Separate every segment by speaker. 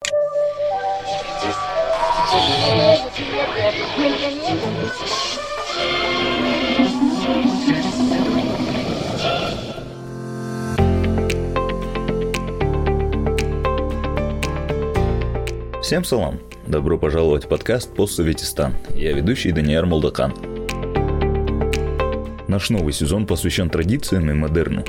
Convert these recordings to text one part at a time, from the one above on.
Speaker 1: Всем салам! Добро пожаловать в подкаст «Постсоветистан». Я ведущий Данияр Молдакан. Наш новый сезон посвящен традициям и модерну.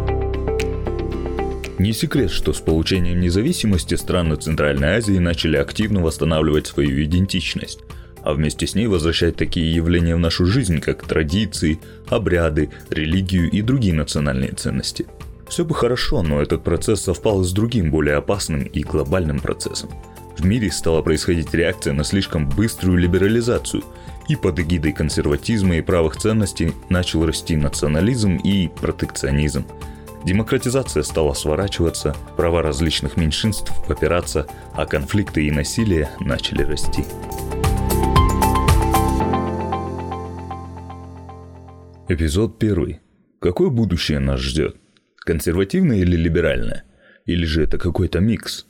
Speaker 1: Не секрет, что с получением независимости страны Центральной Азии начали активно восстанавливать свою идентичность, а вместе с ней возвращать такие явления в нашу жизнь, как традиции, обряды, религию и другие национальные ценности. Все бы хорошо, но этот процесс совпал с другим, более опасным и глобальным процессом. В мире стала происходить реакция на слишком быструю либерализацию, и под эгидой консерватизма и правых ценностей начал расти национализм и протекционизм. Демократизация стала сворачиваться, права различных меньшинств попираться, а конфликты и насилие начали расти. Эпизод 1. Какое будущее нас ждет? Консервативное или либеральное? Или же это какой-то микс?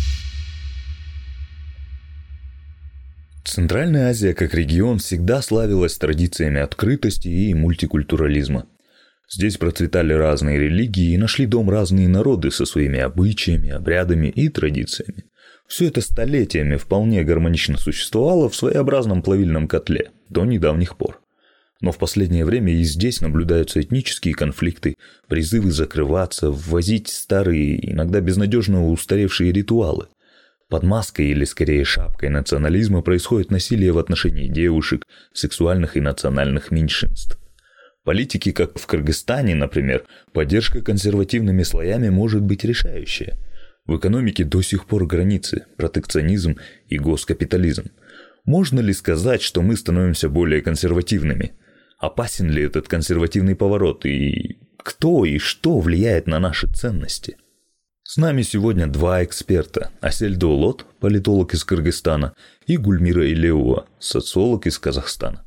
Speaker 1: Центральная Азия как регион всегда славилась традициями открытости и мультикультурализма. Здесь процветали разные религии и нашли дом разные народы со своими обычаями, обрядами и традициями. Все это столетиями вполне гармонично существовало в своеобразном плавильном котле до недавних пор. Но в последнее время и здесь наблюдаются этнические конфликты, призывы закрываться, ввозить старые, иногда безнадежно устаревшие ритуалы. Под маской или скорее шапкой национализма происходит насилие в отношении девушек, сексуальных и национальных меньшинств. Политики, как в Кыргызстане, например, поддержка консервативными слоями может быть решающая. В экономике до сих пор границы, протекционизм и госкапитализм. Можно ли сказать, что мы становимся более консервативными? Опасен ли этот консервативный поворот и кто и что влияет на наши ценности? С нами сегодня два эксперта: Асель Даулот, политолог из Кыргызстана, и Гульмира Илеуова, социолог из Казахстана.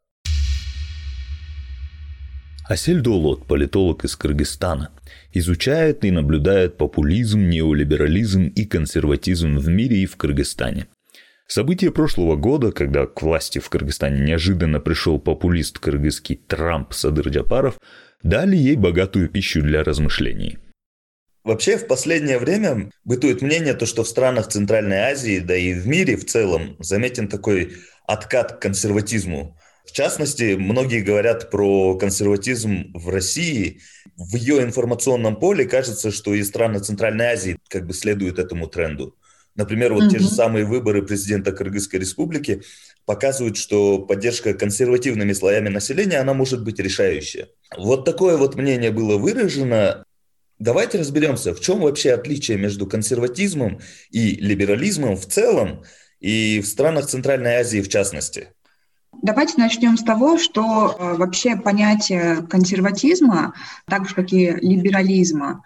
Speaker 1: Асель Даулот, политолог из Кыргызстана, изучает и наблюдает популизм, неолиберализм и консерватизм в мире и в Кыргызстане. События прошлого года, когда к власти в Кыргызстане неожиданно пришел популист кыргызский Трамп Садыр Джапаров, дали ей богатую пищу для размышлений.
Speaker 2: Вообще, в последнее время бытует мнение, что в странах Центральной Азии, да и в мире в целом, заметен такой откат к консерватизму. В частности, многие говорят про консерватизм в России. В ее информационном поле кажется, что и страны Центральной Азии как бы следуют этому тренду. Например, те же самые выборы президента Кыргызской республики показывают, что поддержка консервативными слоями населения, она может быть решающая. Вот такое мнение было выражено. Давайте разберемся, в чем вообще отличие между консерватизмом и либерализмом в целом и в странах Центральной Азии в частности.
Speaker 3: Давайте начнем с того, что вообще понятие консерватизма, так же как и либерализма,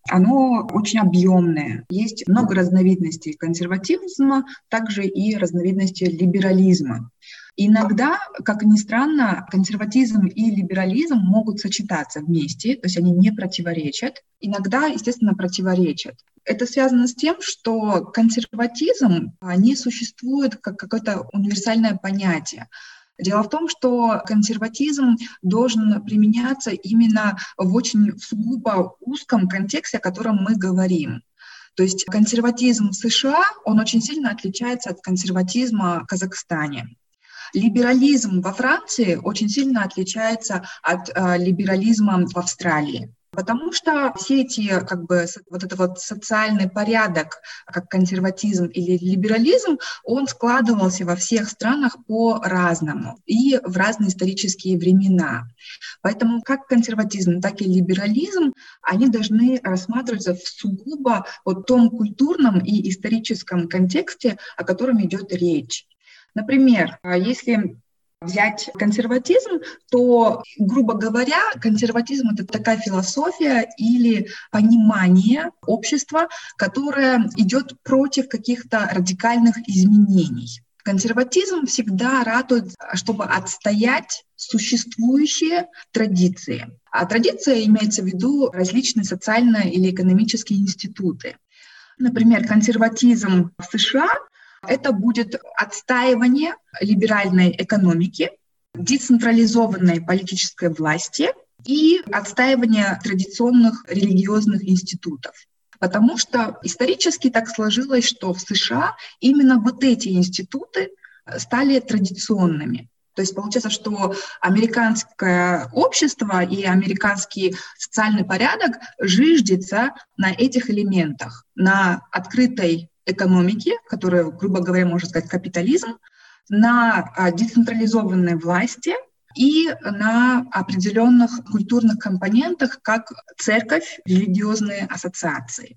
Speaker 3: оно очень объемное. Есть много разновидностей консерватизма, также и разновидностей либерализма. Иногда, как ни странно, консерватизм и либерализм могут сочетаться вместе, то есть они не противоречат. Иногда, естественно, противоречат. Это связано с тем, что консерватизм не существует как какое-то универсальное понятие. Дело в том, что консерватизм должен применяться именно в очень сугубо узком контексте, о котором мы говорим. То есть консерватизм в США, он очень сильно отличается от консерватизма в Казахстане. Либерализм во Франции очень сильно отличается от либерализма в Австралии. Потому что все эти, этот социальный порядок, как консерватизм или либерализм, он складывался во всех странах по-разному и в разные исторические времена. Поэтому как консерватизм, так и либерализм, они должны рассматриваться в сугубо том культурном и историческом контексте, о котором идет речь. Например, если взять консерватизм, то, грубо говоря, консерватизм — это такая философия или понимание общества, которое идет против каких-то радикальных изменений. Консерватизм всегда ратует, чтобы отстоять существующие традиции. А традиция имеется в виду различные социальные или экономические институты. Например, консерватизм в США – это будет отстаивание либеральной экономики, децентрализованной политической власти и отстаивание традиционных религиозных институтов. Потому что исторически так сложилось, что в США именно вот эти институты стали традиционными. То есть получается, что американское общество и американский социальный порядок зиждется на этих элементах, на открытой экономике, которая, грубо говоря, можно сказать, капитализм, на децентрализованной власти и на определенных культурных компонентах, как церковь, религиозные ассоциации.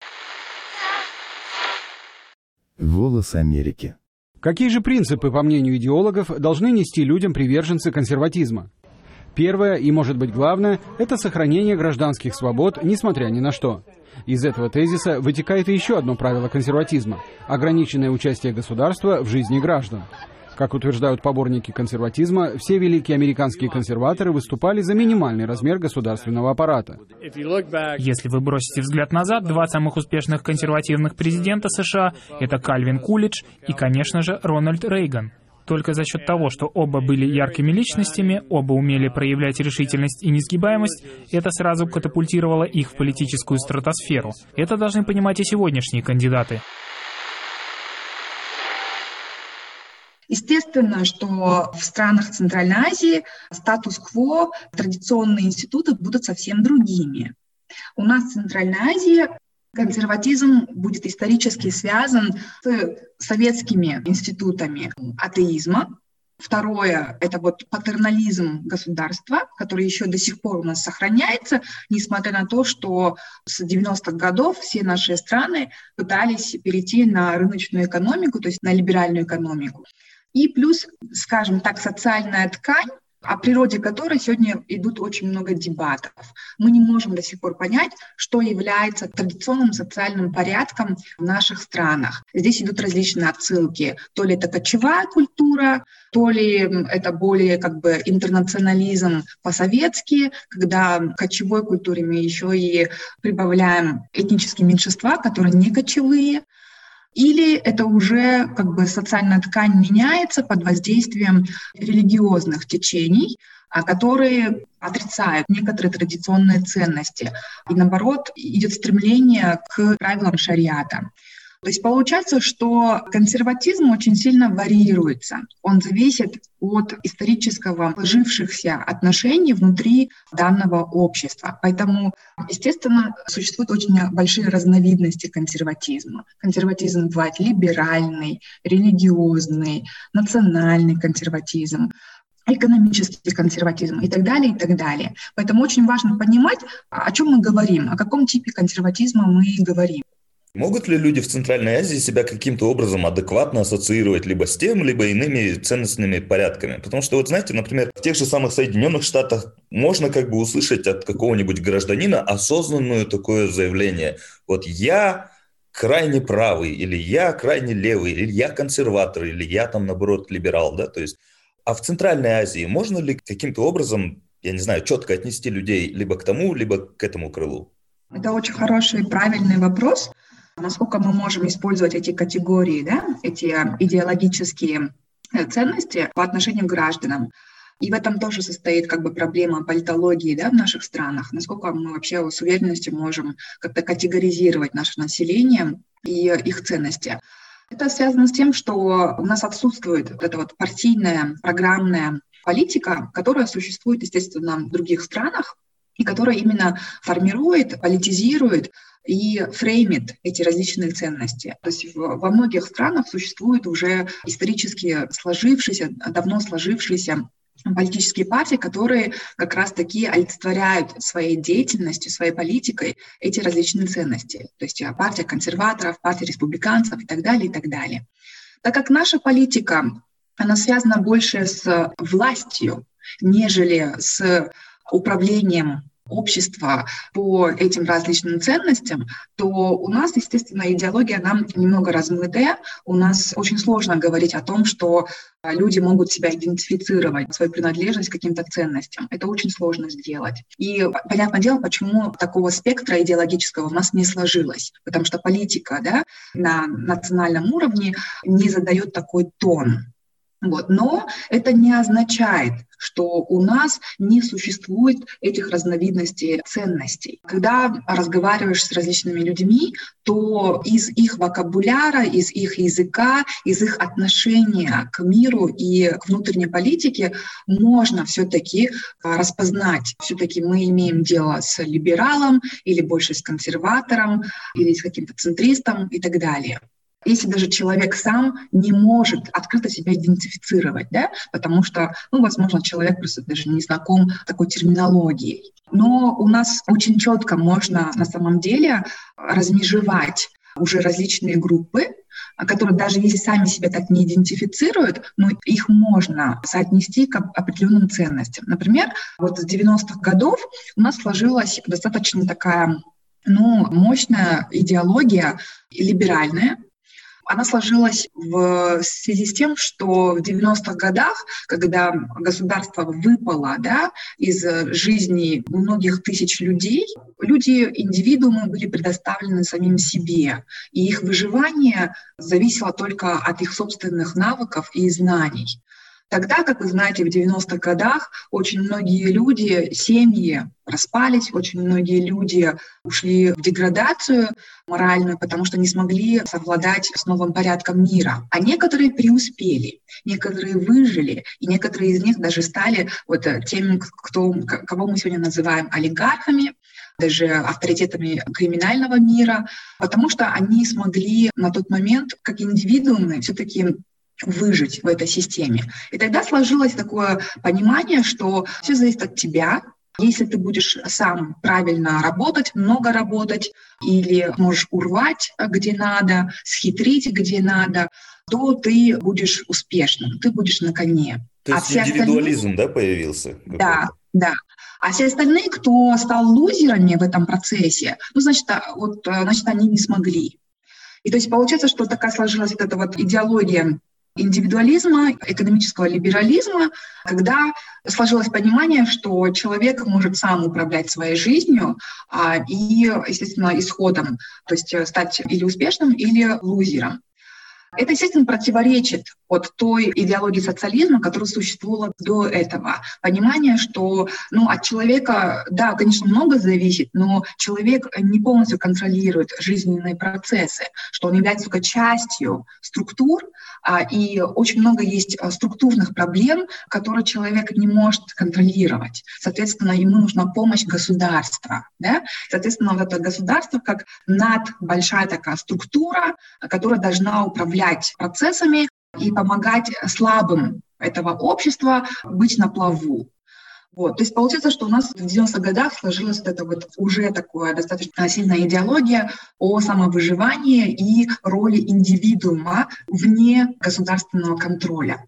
Speaker 4: «Голос Америки».
Speaker 5: Какие же принципы, по мнению идеологов, должны нести людям приверженцы консерватизма? Первое и, может быть, главное – это сохранение гражданских свобод, несмотря ни на что. Из этого тезиса вытекает и еще одно правило консерватизма – ограниченное участие государства в жизни граждан. Как утверждают поборники консерватизма, все великие американские консерваторы выступали за минимальный размер государственного аппарата.
Speaker 6: Если вы бросите взгляд назад, два самых успешных консервативных президента США — это Кальвин Кулидж и, конечно же, Рональд Рейган. Только за счет того, что оба были яркими личностями, оба умели проявлять решительность и несгибаемость, это сразу катапультировало их в политическую стратосферу. Это должны понимать и сегодняшние кандидаты.
Speaker 3: Естественно, что в странах Центральной Азии статус-кво, традиционные институты будут совсем другими. У нас в Центральной Азии консерватизм будет исторически связан с советскими институтами атеизма. Второе – это вот патернализм государства, который еще до сих пор у нас сохраняется, несмотря на то, что с 90-х годов все наши страны пытались перейти на рыночную экономику, то есть на либеральную экономику. И плюс, скажем так, социальная ткань, о природе которой сегодня идут очень много дебатов. Мы не можем до сих пор понять, что является традиционным социальным порядком в наших странах. Здесь идут различные отсылки. То ли это кочевая культура, то ли это более интернационализм по-советски, когда к кочевой культуре мы еще и прибавляем этнические меньшинства, которые не кочевые. Или это уже социальная ткань меняется под воздействием религиозных течений, которые отрицают некоторые традиционные ценности. И наоборот, идет стремление к правилам шариата. То есть получается, что консерватизм очень сильно варьируется. Он зависит от исторического сложившихся отношений внутри данного общества. Поэтому, естественно, существуют очень большие разновидности консерватизма. Консерватизм бывает либеральный, религиозный, национальный консерватизм, экономический консерватизм и так далее, и так далее. Поэтому очень важно понимать, о чем мы говорим, о каком типе консерватизма мы говорим.
Speaker 2: Могут ли люди в Центральной Азии себя каким-то образом адекватно ассоциировать либо с тем, либо иными ценностными порядками? Потому что, знаете, например, в тех же самых Соединенных Штатах можно услышать от какого-нибудь гражданина осознанное такое заявление. Я крайне правый, или я крайне левый, или я консерватор, или я наоборот либерал, да, то есть. А в Центральной Азии можно ли каким-то образом, четко отнести людей либо к тому, либо к этому крылу?
Speaker 3: Это очень хороший и правильный вопрос. Насколько мы можем использовать эти категории, эти идеологические ценности по отношению к гражданам. И в этом тоже состоит проблема политологии в наших странах. Насколько мы вообще с уверенностью можем как-то категоризировать наше население и их ценности. Это связано с тем, что у нас отсутствует эта партийная, программная политика, которая существует, естественно, в других странах, и которая именно формирует, политизирует и фреймит эти различные ценности. То есть во многих странах существуют уже исторически давно сложившиеся политические партии, которые как раз-таки олицетворяют своей деятельностью, своей политикой эти различные ценности. То есть партия консерваторов, партия республиканцев и так далее, и так далее. Так как наша политика, она связана больше с властью, нежели с управлением общества по этим различным ценностям, то у нас, естественно, идеология, она немного размытая. У нас очень сложно говорить о том, что люди могут себя идентифицировать, свою принадлежность к каким-то ценностям. Это очень сложно сделать. И понятное дело, почему такого спектра идеологического у нас не сложилось. Потому что политика, да, на национальном уровне не задает такой тон. Но это не означает, что у нас не существует этих разновидностей ценностей. Когда разговариваешь с различными людьми, то из их вокабуляра, из их языка, из их отношения к миру и к внутренней политике можно все-таки распознать. Все-таки мы имеем дело с либералом или больше с консерватором или с каким-то центристом и так далее. Если даже человек сам не может открыто себя идентифицировать, да, потому что, возможно, человек просто даже не знаком такой терминологией. Но у нас очень четко можно на самом деле размежевать уже различные группы, которые даже если сами себя так не идентифицируют, но их можно соотнести к определенным ценностям. Например, с 90-х годов у нас сложилась достаточно такая, мощная идеология либеральная. Она сложилась в связи с тем, что в 90-х годах, когда государство выпало, да, из жизни многих тысяч людей, люди, индивидуумы были предоставлены самим себе, и их выживание зависело только от их собственных навыков и знаний. Тогда, как вы знаете, в 90-х годах очень многие люди, семьи распались, очень многие люди ушли в деградацию моральную, потому что не смогли совладать с новым порядком мира. А некоторые преуспели, некоторые выжили, и некоторые из них даже стали теми, кого мы сегодня называем олигархами, даже авторитетами криминального мира, потому что они смогли на тот момент, как индивидуумы, все-таки выжить в этой системе. И тогда сложилось такое понимание, что все зависит от тебя. Если ты будешь сам правильно работать, много работать, или можешь урвать где надо, схитрить где надо, то ты будешь успешным, ты будешь на коне.
Speaker 2: То есть индивидуализм, да, появился?
Speaker 3: Да. А все остальные, кто стал лузерами в этом процессе, значит, они не смогли. И то есть получается, что такая сложилась эта идеология индивидуализма, экономического либерализма, когда сложилось понимание, что человек может сам управлять своей жизнью и, естественно, исходом, то есть стать или успешным, или лузером. Это, естественно, противоречит от той идеологии социализма, которая существовала до этого. Понимание, что от человека, да, конечно, много зависит, но человек не полностью контролирует жизненные процессы, что он является только частью структур, и очень много есть структурных проблем, которые человек не может контролировать. Соответственно, ему нужна помощь государства. Да? Соответственно, это государство как большая такая структура, которая должна управлять процессами и помогать слабым этого общества быть на плаву. То есть получается, что у нас в 90-х годах сложилась уже такая достаточно сильная идеология о самовыживании и роли индивидуума вне государственного контроля.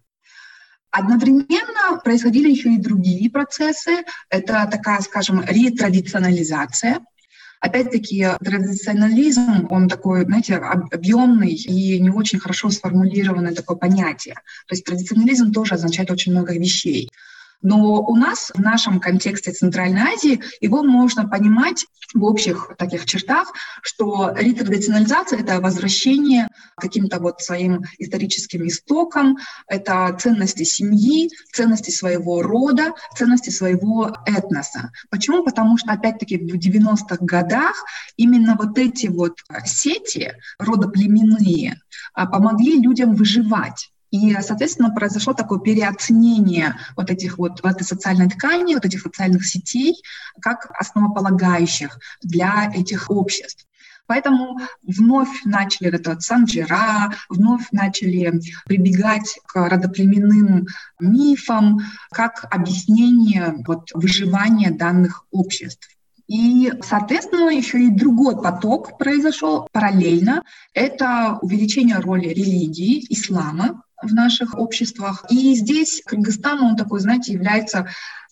Speaker 3: Одновременно происходили еще и другие процессы. Это такая, скажем, ретрадиционализация. Опять-таки, традиционализм, он такой, объемный и не очень хорошо сформулированное такое понятие. То есть традиционализм тоже означает очень много вещей. Но у нас, в нашем контексте Центральной Азии, его можно понимать в общих таких чертах, что ретрадиционализация — это возвращение к каким-то своим историческим истокам, это ценности семьи, ценности своего рода, ценности своего этноса. Почему? Потому что, опять-таки, в 90-х годах именно эти сети родоплеменные помогли людям выживать. И, соответственно, произошло такое переоценение этой социальной ткани, этих социальных сетей, как основополагающих для этих обществ. Поэтому вновь начали санджира, вновь начали прибегать к родоплеменным мифам как объяснение выживания данных обществ. И, соответственно, еще и другой поток произошел параллельно. Это увеличение роли религии, ислама в наших обществах. И здесь Кыргызстан, он такой, является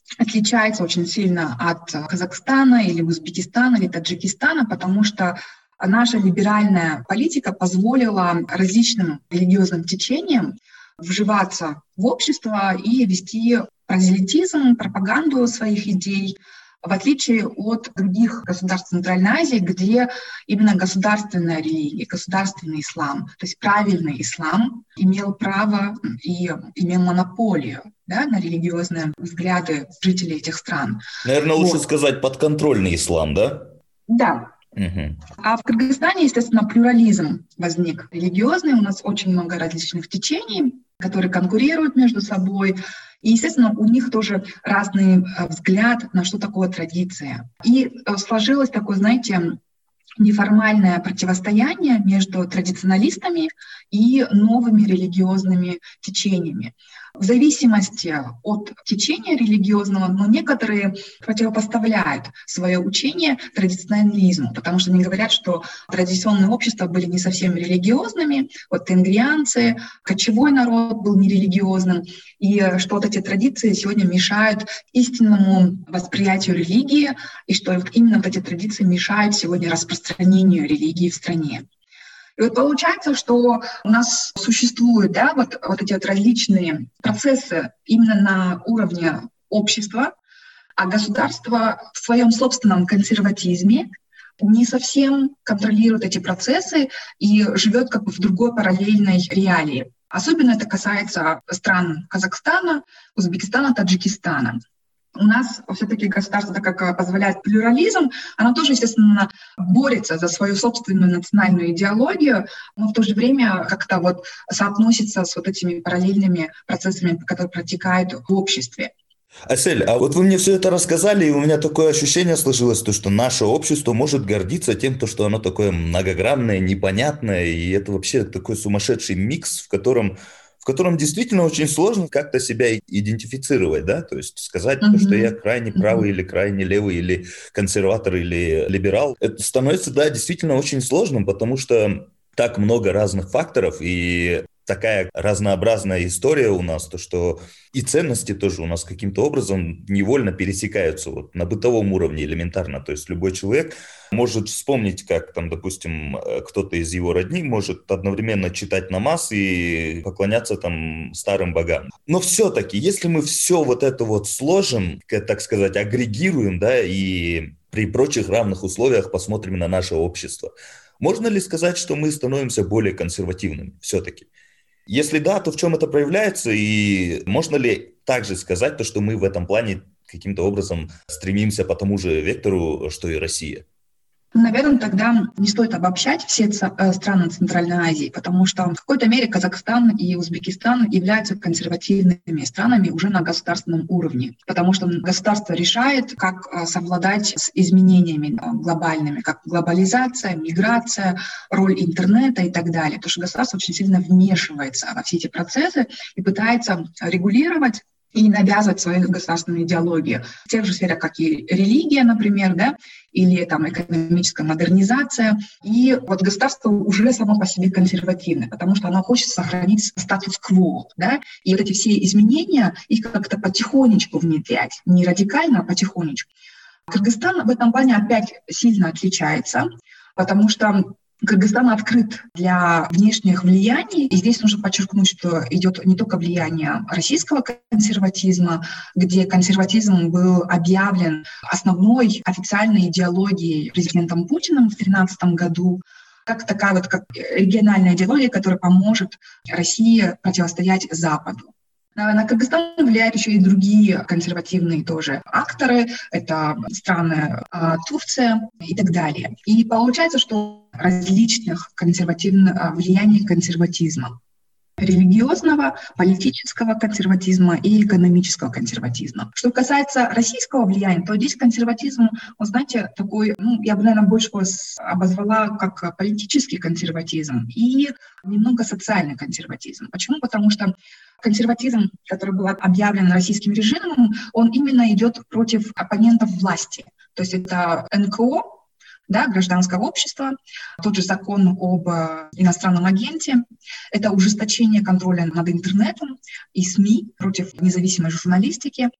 Speaker 3: отличается очень сильно от Казахстана или Узбекистана или Таджикистана, потому что наша либеральная политика позволила различным религиозным течениям вживаться в общество и вести прозелитизм, пропаганду своих идей, в отличие от других государств Центральной Азии, где именно государственная религия, государственный ислам, то есть правильный ислам, имел право и имел монополию, да, на религиозные взгляды жителей этих стран.
Speaker 2: Наверное, лучше сказать подконтрольный ислам, да?
Speaker 3: Да.
Speaker 2: Угу.
Speaker 3: А в Кыргызстане, естественно, плюрализм возник религиозный. У нас очень много различных течений, которые конкурируют между собой. И, естественно, у них тоже разный взгляд на что такое традиция. И сложилось такое, знаете, неформальное противостояние между традиционалистами и новыми религиозными течениями. В зависимости от течения религиозного, но некоторые противопоставляют свое учение традиционализму, потому что они говорят, что традиционные общества были не совсем религиозными, вот тенгрианцы, кочевой народ был нерелигиозным, и что вот эти традиции сегодня мешают истинному восприятию религии, и что вот именно вот эти традиции мешают сегодня распространению религии в стране. И вот получается, что у нас существуют, да, вот эти вот различные процессы именно на уровне общества, а государство в своем собственном консерватизме не совсем контролирует эти процессы и живет как бы в другой параллельной реалии. Особенно это касается стран Казахстана, Узбекистана, Таджикистана. У нас все-таки государство, так как позволяет плюрализм, оно тоже, естественно, борется за свою собственную национальную идеологию, но в то же время как-то вот соотносится с вот этими параллельными процессами, которые протекают в обществе.
Speaker 2: Асель, а вот вы мне все это рассказали, и у меня такое ощущение сложилось, что наше общество может гордиться тем, что оно такое многогранное, непонятное, и это вообще такой сумасшедший микс, в котором действительно очень сложно как-то себя идентифицировать, да, то есть сказать, что я крайне правый или крайне левый, или консерватор, или либерал, это становится, да, действительно очень сложным, потому что так много разных факторов, и такая разнообразная история у нас, то что и ценности тоже у нас каким-то образом невольно пересекаются вот на бытовом уровне элементарно. То есть любой человек может вспомнить, как там, допустим, кто-то из его родни может одновременно читать намаз и поклоняться там старым богам. Но все-таки, если мы все вот это вот сложим, так сказать, агрегируем, да, и при прочих равных условиях посмотрим на наше общество, можно ли сказать, что мы становимся более консервативными все-таки? Если да, то в чем это проявляется? И можно ли также сказать, что мы в этом плане каким-то образом стремимся по тому же вектору, что и Россия?
Speaker 3: Наверное, тогда не стоит обобщать все страны Центральной Азии, потому что в какой-то мере Казахстан и Узбекистан являются консервативными странами уже на государственном уровне, потому что государство решает, как совладать с изменениями глобальными, как глобализация, миграция, роль интернета и так далее. Потому что государство очень сильно вмешивается во все эти процессы и пытается регулировать и навязывать свою государственную идеологию. В тех же сферах, как и религия, например, да, или там экономическая модернизация. И вот государство уже само по себе консервативное, потому что оно хочет сохранить статус-кво, да, и вот эти все изменения, их как-то потихонечку внедрять, не радикально, а потихонечку. Кыргызстан в этом плане опять сильно отличается, потому что Кыргызстан открыт для внешних влияний, и здесь нужно подчеркнуть, что идет не только влияние российского консерватизма, где консерватизм был объявлен основной официальной идеологией президентом Путиным в 2013 году, как такая вот как региональная идеология, которая поможет России противостоять Западу. На Кыргызстан влияют еще и другие консервативные тоже акторы, это страны Турция и так далее. И получается, что различных консервативных влияний консерватизма. Религиозного, политического консерватизма и экономического консерватизма. Что касается российского влияния, то здесь консерватизм, вы знаете, такой, я бы, наверное, больше обозвала как политический консерватизм и немного социальный консерватизм. Почему? Потому что консерватизм, который был объявлен российским режимом, он именно идет против оппонентов власти. То есть это НКО, да, гражданского общества, тот же закон об иностранном агенте, это ужесточение контроля над интернетом и СМИ против независимой журналистики.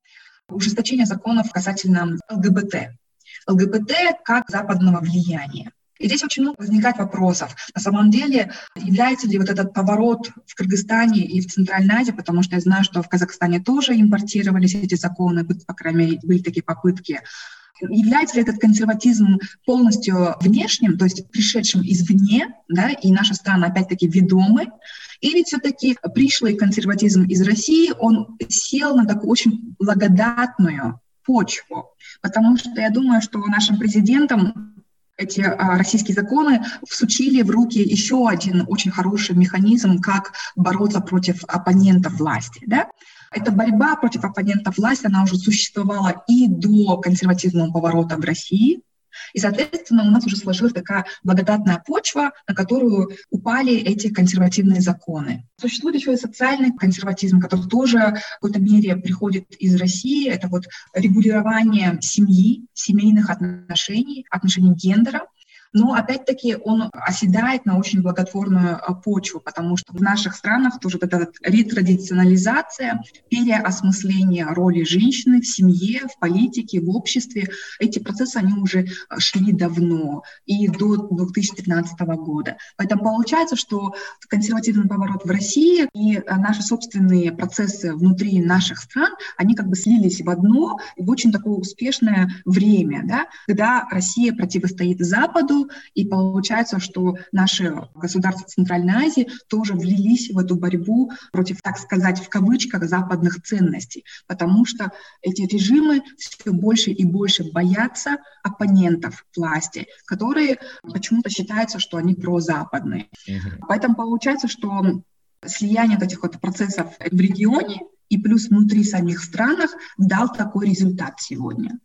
Speaker 3: ужесточение законов касательно ЛГБТ. ЛГБТ как западного влияния. И здесь очень много возникает вопросов. На самом деле, является ли вот этот поворот в Кыргызстане и в Центральной Азии, потому что я знаю, что в Казахстане тоже импортировались эти законы, по крайней мере, были такие попытки. Является ли этот консерватизм полностью внешним, то есть пришедшим извне, да, и наши страны опять-таки ведомы, или все-таки пришлый консерватизм из России, он сел на такую очень благодатную почву, потому что я думаю, что нашим президентам эти российские законы всучили в руки еще один очень хороший механизм, как бороться против оппонентов власти. Да? Эта борьба против оппонентов власти, она уже существовала и до консервативного поворота в России. И, соответственно, у нас уже сложилась такая благодатная почва, на которую упали эти консервативные законы. Существует еще и социальный консерватизм, который тоже в какой-то мере приходит из России. Это вот регулирование семьи, семейных отношений, отношений гендера. Но, опять-таки, он оседает на очень благотворную почву, потому что в наших странах тоже вот эта ретрадиционализация, переосмысление роли женщины в семье, в политике, в обществе, эти процессы, они уже шли давно, и до 2015 года. Поэтому получается, что консервативный поворот в России и наши собственные процессы внутри наших стран, они как бы слились в одно, в очень такое успешное время, да, когда Россия противостоит Западу, и получается, что наши государства Центральной Азии тоже влились в эту борьбу против, так сказать, в кавычках, западных ценностей, потому что эти режимы все больше и больше боятся оппонентов власти, которые почему-то считаются, что они прозападные. Поэтому получается, что слияние этих вот процессов в регионе и плюс внутри самих странах дал такой результат сегодня.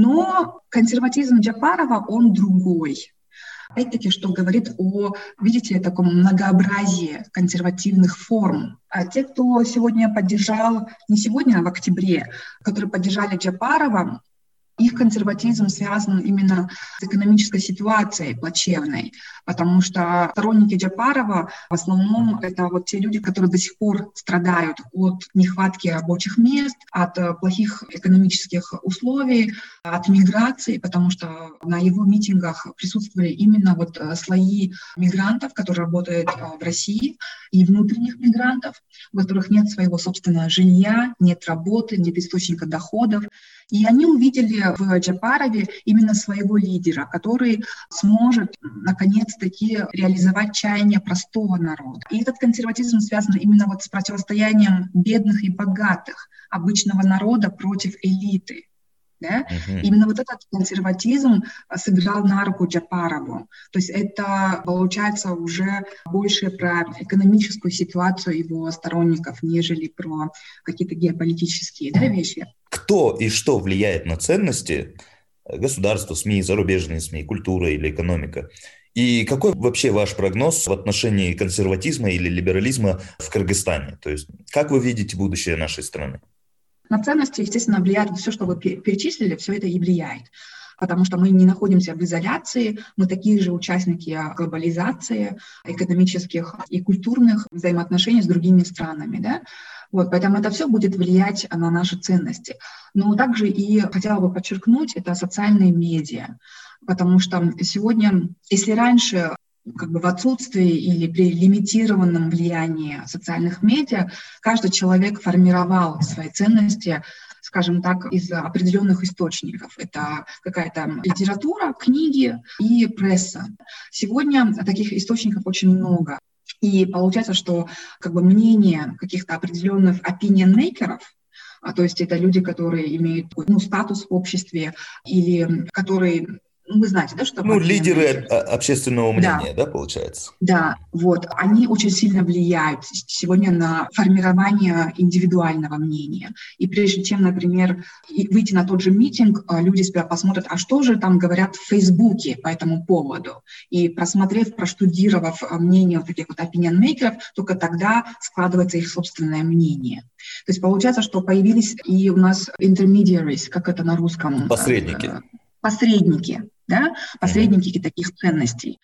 Speaker 3: Но консерватизм Джапарова, он другой. Опять-таки, что говорит о, видите, таком многообразии консервативных форм. А те, кто сегодня поддержал, не сегодня, а в октябре, которые поддержали Джапарова, их консерватизм связан именно с экономической ситуацией плачевной, потому что сторонники Джапарова в основном это вот те люди, которые до сих пор страдают от нехватки рабочих мест, от плохих экономических условий, от миграции, потому что на его митингах присутствовали именно вот слои мигрантов, которые работают в России, и внутренних мигрантов, у которых нет своего собственного жилья, нет работы, нет источника доходов. И они увидели в Джапарове именно своего лидера, который сможет наконец-таки реализовать чаяния простого народа. И этот консерватизм связан именно вот с противостоянием бедных и богатых, обычного народа против элиты. Да? Именно вот этот консерватизм сыграл на руку Джапарову. То есть это получается уже больше про экономическую ситуацию его сторонников, нежели про какие-то геополитические, да, вещи.
Speaker 2: Кто и что влияет на ценности государства, СМИ, зарубежные СМИ, культура или экономика? И какой вообще ваш прогноз в отношении консерватизма или либерализма в Кыргызстане? То есть как вы видите будущее нашей страны?
Speaker 3: На ценности, естественно, влияет все, что вы перечислили, все это и влияет. Потому что мы не находимся в изоляции, мы такие же участники глобализации, экономических и культурных взаимоотношений с другими странами. Да? Вот, поэтому это все будет влиять на наши ценности. Но также и хотела бы подчеркнуть, это социальные медиа. Потому что сегодня, если раньше как бы в отсутствии или при лимитированном влиянии социальных медиа каждый человек формировал свои ценности, скажем так, из определенных источников. Это какая-то литература, книги и пресса. Сегодня таких источников очень много. И получается, что как бы мнение каких-то определенных opinion-makers, то есть это люди, которые имеют статус в обществе или которые... Вы знаете, да, что...
Speaker 2: лидеры общественного мнения, да, получается?
Speaker 3: Да, вот. Они очень сильно влияют сегодня на формирование индивидуального мнения. И прежде чем, например, выйти на тот же митинг, люди себя посмотрят, а что же там говорят в Фейсбуке по этому поводу. И просмотрев, проштудировав мнение вот таких вот opinion-makers, только тогда складывается их собственное мнение. То есть получается, что появились и у нас intermediaries, как это на русском?
Speaker 2: Посредники.
Speaker 3: Посредники, да, посредники таких ценностей.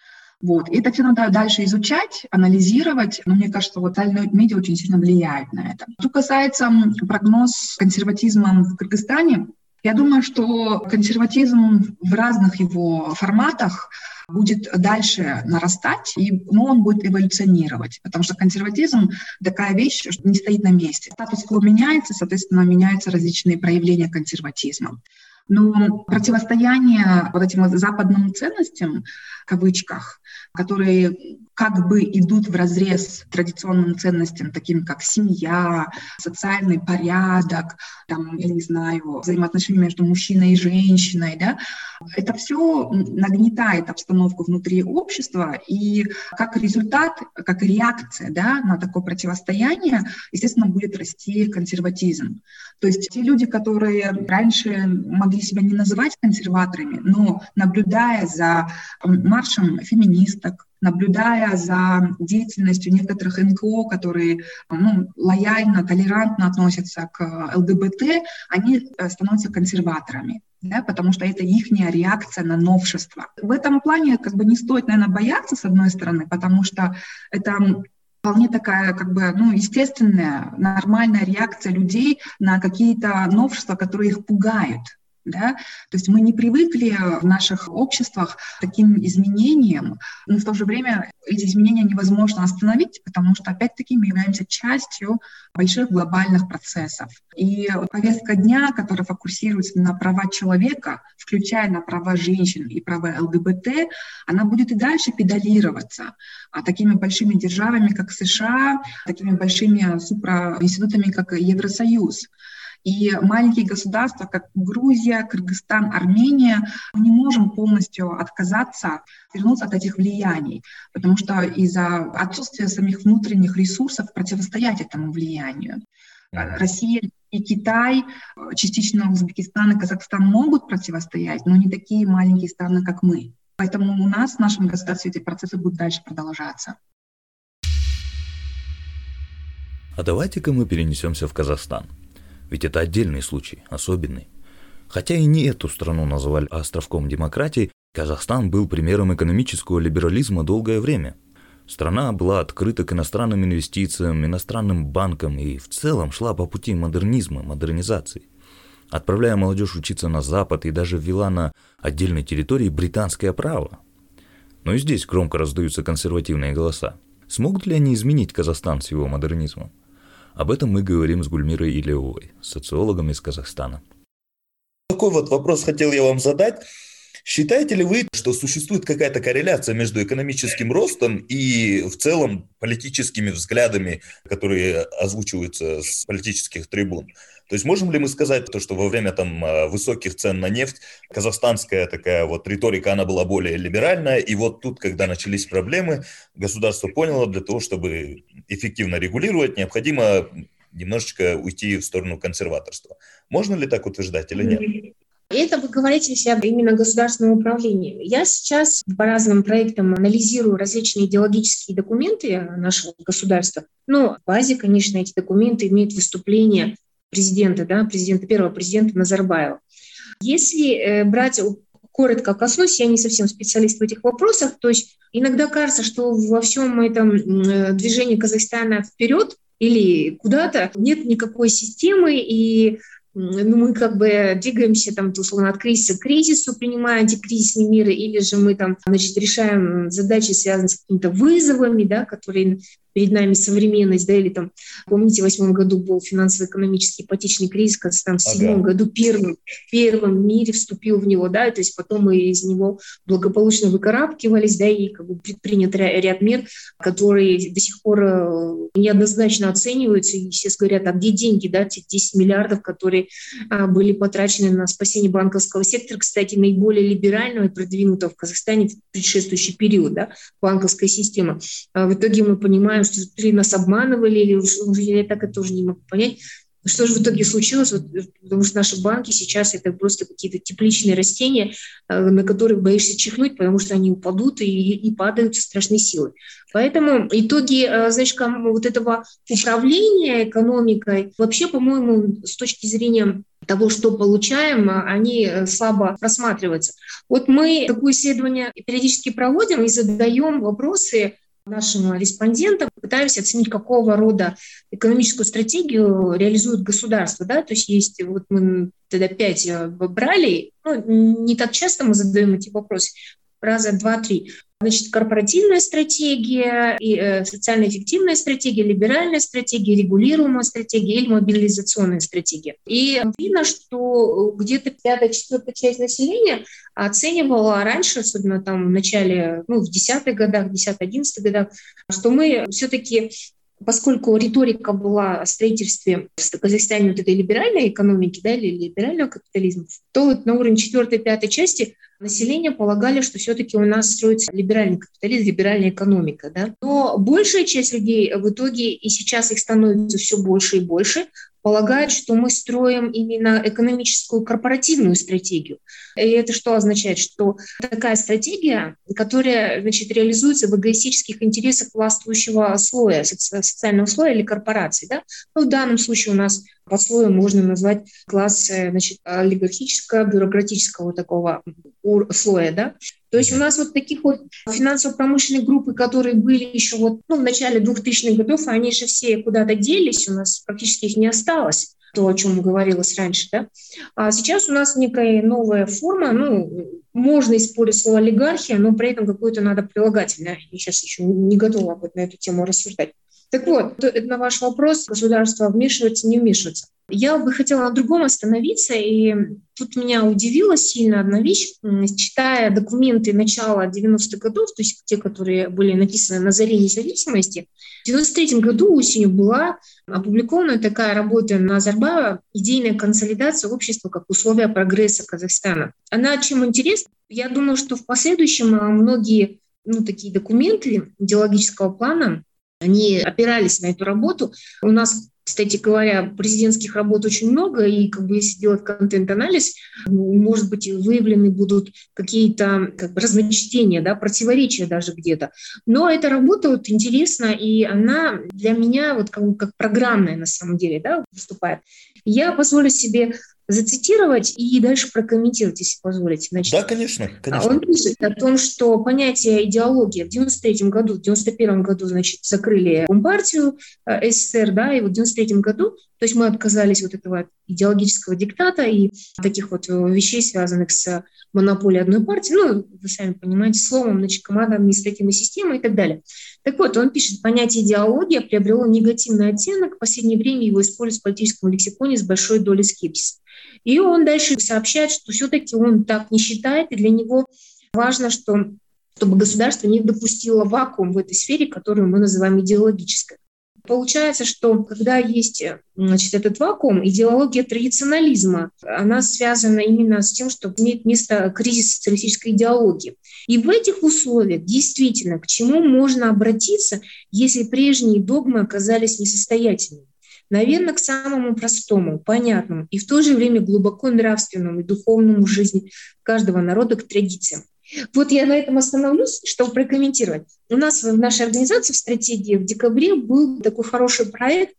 Speaker 3: Вот. И это все надо дальше изучать, анализировать. Но мне кажется, вот социальные медиа очень сильно влияют на это. Что касается прогноз консерватизма в Кыргызстане, я думаю, что консерватизм в разных его форматах будет дальше нарастать, но он будет эволюционировать, потому что консерватизм – такая вещь, что не стоит на месте. Статус-кво меняется, соответственно, меняются различные проявления консерватизма. Но противостояние вот этим вот западным ценностям, в кавычках, которые как бы идут вразрез традиционным ценностям, таким как семья, социальный порядок, там, я не знаю, взаимоотношения между мужчиной и женщиной, да, это все нагнетает обстановку внутри общества, и как результат, как реакция, да, на такое противостояние, естественно, будет расти консерватизм. То есть те люди, которые раньше могли себя не называть консерваторами, но наблюдая за маршем феминисток, наблюдая за деятельностью некоторых НКО, которые лояльно, толерантно относятся к ЛГБТ, они становятся консерваторами, да, потому что это их реакция на новшество. В этом плане не стоит, наверное, бояться, с одной стороны, потому что это вполне такая, естественная, нормальная реакция людей на какие-то новшества, которые их пугают. Да? То есть мы не привыкли в наших обществах к таким изменениям, но в то же время эти изменения невозможно остановить, потому что, опять-таки, мы являемся частью больших глобальных процессов. И повестка дня, которая фокусируется на права человека, включая на права женщин и права ЛГБТ, она будет и дальше педалироваться такими большими державами, как США, такими большими суpraинститутами, как Евросоюз. И маленькие государства, как Грузия, Кыргызстан, Армения, мы не можем полностью отказаться, вернуться от этих влияний, потому что из-за отсутствия самих внутренних ресурсов противостоять этому влиянию. Россия и Китай, частично Узбекистан и Казахстан могут противостоять, но не такие маленькие страны, как мы. Поэтому у нас, в нашем государстве, эти процессы будут дальше продолжаться.
Speaker 1: А давайте-ка мы перенесемся в Казахстан. Ведь это отдельный случай, особенный. Хотя и не эту страну называли островком демократии, Казахстан был примером экономического либерализма долгое время. Страна была открыта к иностранным инвестициям, иностранным банкам и в целом шла по пути модернизма, модернизации. Отправляя молодежь учиться на Запад и даже ввела на отдельной территории британское право. Но и здесь громко раздаются консервативные голоса. Смогут ли они изменить Казахстан с его модернизмом? Об этом мы говорим с Гульмирой Илевой, социологом из Казахстана.
Speaker 2: Такой вот вопрос хотел я вам задать. Считаете ли вы, что существует какая-то корреляция между экономическим ростом и в целом политическими взглядами, которые озвучиваются с политических трибун? То есть можем ли мы сказать, что во время высоких цен на нефть казахстанская такая вот риторика, она была более либеральная, и вот тут, когда начались проблемы, государство поняло, для того, чтобы эффективно регулировать, необходимо немножечко уйти в сторону консерваторства. Можно ли так утверждать или нет?
Speaker 7: Это вы говорите все именно государственном управлении. Я сейчас по разным проектам анализирую различные идеологические документы нашего государства. Но в базе, конечно, эти документы имеют выступление президента, первого президента Назарбаева. Если брать коротко коснусь, я не совсем специалист в этих вопросах, то есть иногда кажется, что во всем этом движении Казахстана вперед или куда-то нет никакой системы, и мы двигаемся условно от кризиса к кризису, принимая антикризисные меры, или же мы решаем задачи, связанные с какими-то вызовами, которые перед нами современность, или помните, в 2008 году был финансово-экономический ипотечный кризис, Казахстан в 2007 году первым в мире вступил в него, то есть потом мы из него благополучно выкарабкивались, и предпринят ряд мер, которые до сих пор неоднозначно оцениваются, и все говорят, а где деньги, те 10 миллиардов, которые были потрачены на спасение банковского сектора, кстати, наиболее либерального и продвинутого в Казахстане в предшествующий период, банковская система. В итоге мы понимаем, что нас обманывали, или я так это тоже не могу понять. Что же в итоге случилось? Потому что наши банки сейчас это просто какие-то тепличные растения, на которых боишься чихнуть, потому что они упадут и падают со страшной силой. Поэтому итоги, этого управления экономикой вообще, по-моему, с точки зрения того, что получаем, они слабо просматриваются. Вот мы такое исследование периодически проводим и задаем вопросы нашим респондентам, пытаемся оценить, какого рода экономическую стратегию реализует государство. Да? То есть вот мы тогда 5 брали, не так часто мы задаем эти вопросы, раза 2-3. Значит, корпоративная стратегия, и социально эффективная стратегия, либеральная стратегия, регулируемая стратегия или мобилизационная стратегия. И видно, что где-то 5-4 часть населения оценивала раньше, особенно там в начале, в 10-х годах, 10-11 годах, что мы все-таки, поскольку риторика была о строительстве в Казахстане вот этой либеральной экономики, да, или либерального капитализма, то вот на уровне 4-5 части население полагали, что все-таки у нас строится либеральный капитализм, либеральная экономика. Да? Но большая часть людей в итоге, и сейчас их становится все больше и больше, полагают, что мы строим именно экономическую корпоративную стратегию. И это что означает? Что такая стратегия, которая, значит, реализуется в эгоистических интересах властвующего слоя, социального слоя или корпораций. Да? В данном случае у нас под слоем можно назвать класс, значит, олигархического, бюрократического такого слоя. Да? То есть у нас вот таких вот финансово-промышленных групп, которые были еще в начале 2000-х годов, они же все куда-то делись, у нас практически их не осталось, то, о чем говорилось раньше. Да? А сейчас у нас некая новая форма, можно использовать слово олигархия, но при этом какое-то надо прилагательное. Я сейчас еще не готова на эту тему рассуждать. Так вот, на ваш вопрос, государство вмешивается, не вмешивается. Я бы хотела на другом остановиться, и тут меня удивила сильно одна вещь. Читая документы начала 90-х годов, то есть те, которые были написаны на заре независимости, в 93-м году осенью была опубликована такая работа Назарбаева «Идейная консолидация общества как условия прогресса Казахстана». Она чем интересна? Я думаю, что в последующем многие такие документы идеологического плана, они опирались на эту работу. У нас, кстати говоря, президентских работ очень много, и если делать контент-анализ, может быть, выявлены будут какие-то разночтения, да, противоречия даже где-то. Но эта работа интересна, и она для меня как программная на самом деле, да, выступает. Я позволю себе зацитировать и дальше прокомментировать, если позволите. Значит,
Speaker 2: да, конечно.
Speaker 7: Он пишет о том, что понятие идеология в 93-м году, в 91-м году, значит, закрыли Компартию СССР, да, и в 93-м году, то есть мы отказались от этого идеологического диктата и таких вещей, связанных с монополией одной партии, вы сами понимаете, словом, значит, команда административной системы и так далее. Так вот, он пишет, понятие идеология приобрело негативный оттенок, в последнее время его используют в политическом лексиконе с большой долей скепсиса. И он дальше сообщает, что все-таки он так не считает, и для него важно, чтобы государство не допустило вакуум в этой сфере, которую мы называем идеологической. Получается, что когда есть, значит, этот вакуум, идеология традиционализма, она связана именно с тем, что имеет место кризис социалистической идеологии. И в этих условиях действительно к чему можно обратиться, если прежние догмы оказались несостоятельными? Наверное, к самому простому, понятному и в то же время глубоко нравственному и духовному жизни каждого народа, к традициям. Вот я на этом остановлюсь, чтобы прокомментировать. У нас в нашей организации в стратегии в декабре был такой хороший проект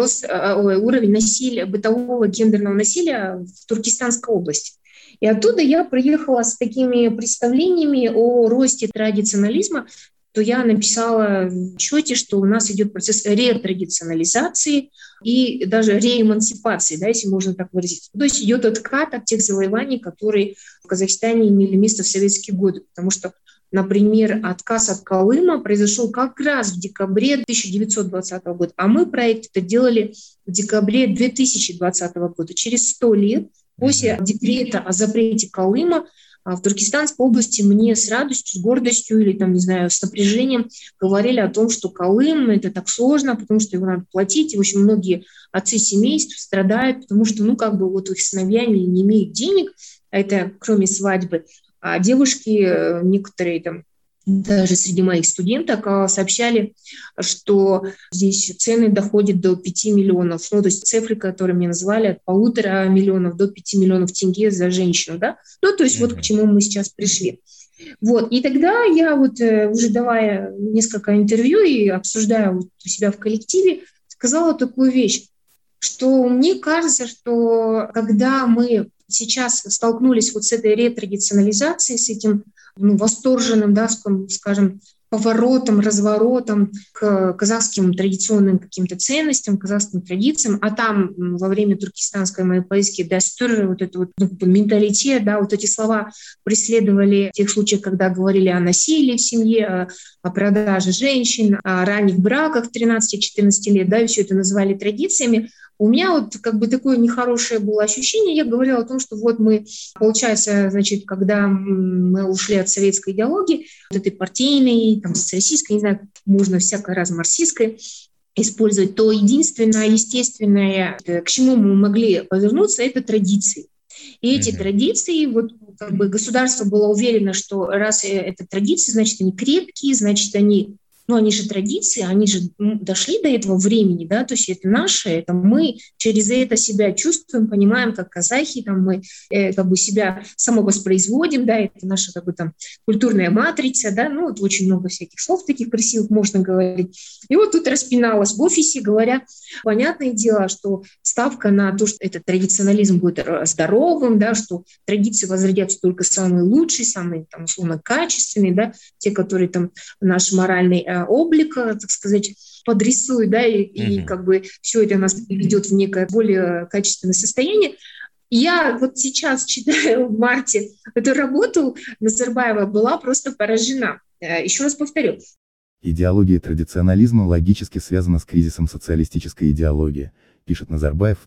Speaker 7: уровень насилия, бытового гендерного насилия в Туркестанской области. И оттуда я приехала с такими представлениями о росте традиционализма, то я написала в отчете, что у нас идет процесс ретрадиционализации и даже реэмансипации, да, если можно так выразиться. То есть идет откат от тех завоеваний, которые в Казахстане имели место в советские годы. Потому что, например, отказ от Колыма произошел как раз в декабре 1920 года, а мы проект это делали в декабре 2020 года, через 100 лет после декрета о запрете Колыма. В Туркестанской области мне с радостью, с гордостью или, с напряжением говорили о том, что Колым — это так сложно, потому что его надо платить. И, в общем, многие отцы семейств страдают, потому что, их сыновья не имеют денег, а это кроме свадьбы. А девушки, некоторые даже среди моих студенток сообщали, что здесь цены доходят до 5 миллионов. То есть цифры, которые мне назвали, от 1,5 миллиона до 5 миллионов тенге за женщину. Да? То есть вот к чему мы сейчас пришли. Вот. И тогда я уже давая несколько интервью и обсуждая у себя в коллективе, сказала такую вещь. что мне кажется, что когда мы сейчас столкнулись вот с этой ретрадиционализацией, с этим восторженным, да, скажем, поворотом, разворотом к казахским традиционным каким-то ценностям, казахским традициям, а там во время туркестанской моей поездки дастур, вот это вот менталитет, да, вот эти слова преследовали в тех случаях, когда говорили о насилии в семье, о продаже женщин, о ранних браках 13-14 лет, да, и все это называли традициями. У меня вот как бы такое нехорошее было ощущение. Я говорила о том, что вот мы, получается, значит, когда мы ушли от советской идеологии, вот этой партийной, там, социалистической, не знаю, можно всякое раз марксистской использовать, то единственное естественное, к чему мы могли повернуться, это традиции. И эти традиции, вот как бы государство было уверено, что раз это традиции, значит, они крепкие, значит, они же традиции, они же дошли до этого времени, да, то есть это наше, это мы через это себя чувствуем, понимаем, как казахи, там мы как бы себя самовоспроизводим, да, это наша как бы там культурная матрица, да, ну вот очень много всяких слов таких красивых можно говорить. И вот тут распиналась в офисе, говоря, понятное дело, что ставка на то, что этот традиционализм будет здоровым, да, что традиции возродятся только самые лучшие, самые там условно качественные, да, те, которые там наш моральный облик, так сказать, подрисует, да, и как бы все это нас приведет в некое более качественное состояние. Я вот сейчас, читаю в марте эту работу Назарбаева, была просто поражена. Еще раз повторю.
Speaker 4: Идеология традиционализма логически связана с кризисом социалистической идеологии, пишет Назарбаев в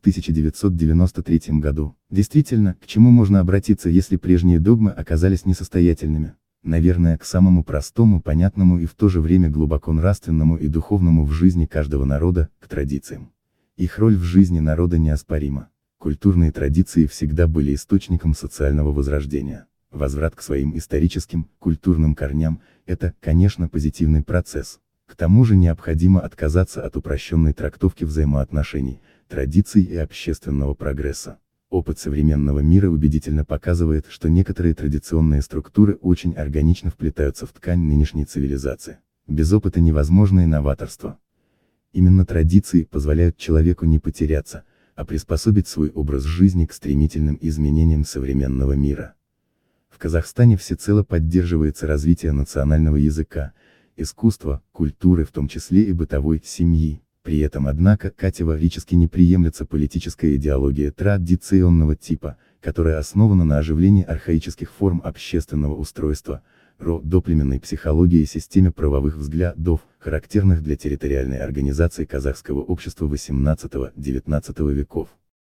Speaker 4: 1993 году. Действительно, к чему можно обратиться, если прежние догмы оказались несостоятельными? Наверное, к самому простому, понятному и в то же время глубоко нравственному и духовному в жизни каждого народа, к традициям. Их роль в жизни народа неоспорима. Культурные традиции всегда были источником социального возрождения. Возврат к своим историческим, культурным корням – это, конечно, позитивный процесс. К тому же необходимо отказаться от упрощенной трактовки взаимоотношений, традиций и общественного прогресса. Опыт современного мира убедительно показывает, что некоторые традиционные структуры очень органично вплетаются в ткань нынешней цивилизации. Без опыта невозможно инноваторство. Именно традиции позволяют человеку не потеряться, а приспособить свой образ жизни к стремительным изменениям современного мира. В Казахстане всецело поддерживается развитие национального языка, искусства, культуры, в том числе и бытовой, семьи. При этом, однако, категорически не приемлется политическая идеология традиционного типа, которая основана на оживлении архаических форм общественного устройства, доплеменной психологии и системе правовых взглядов, характерных для территориальной организации казахского общества XVIII-XIX веков.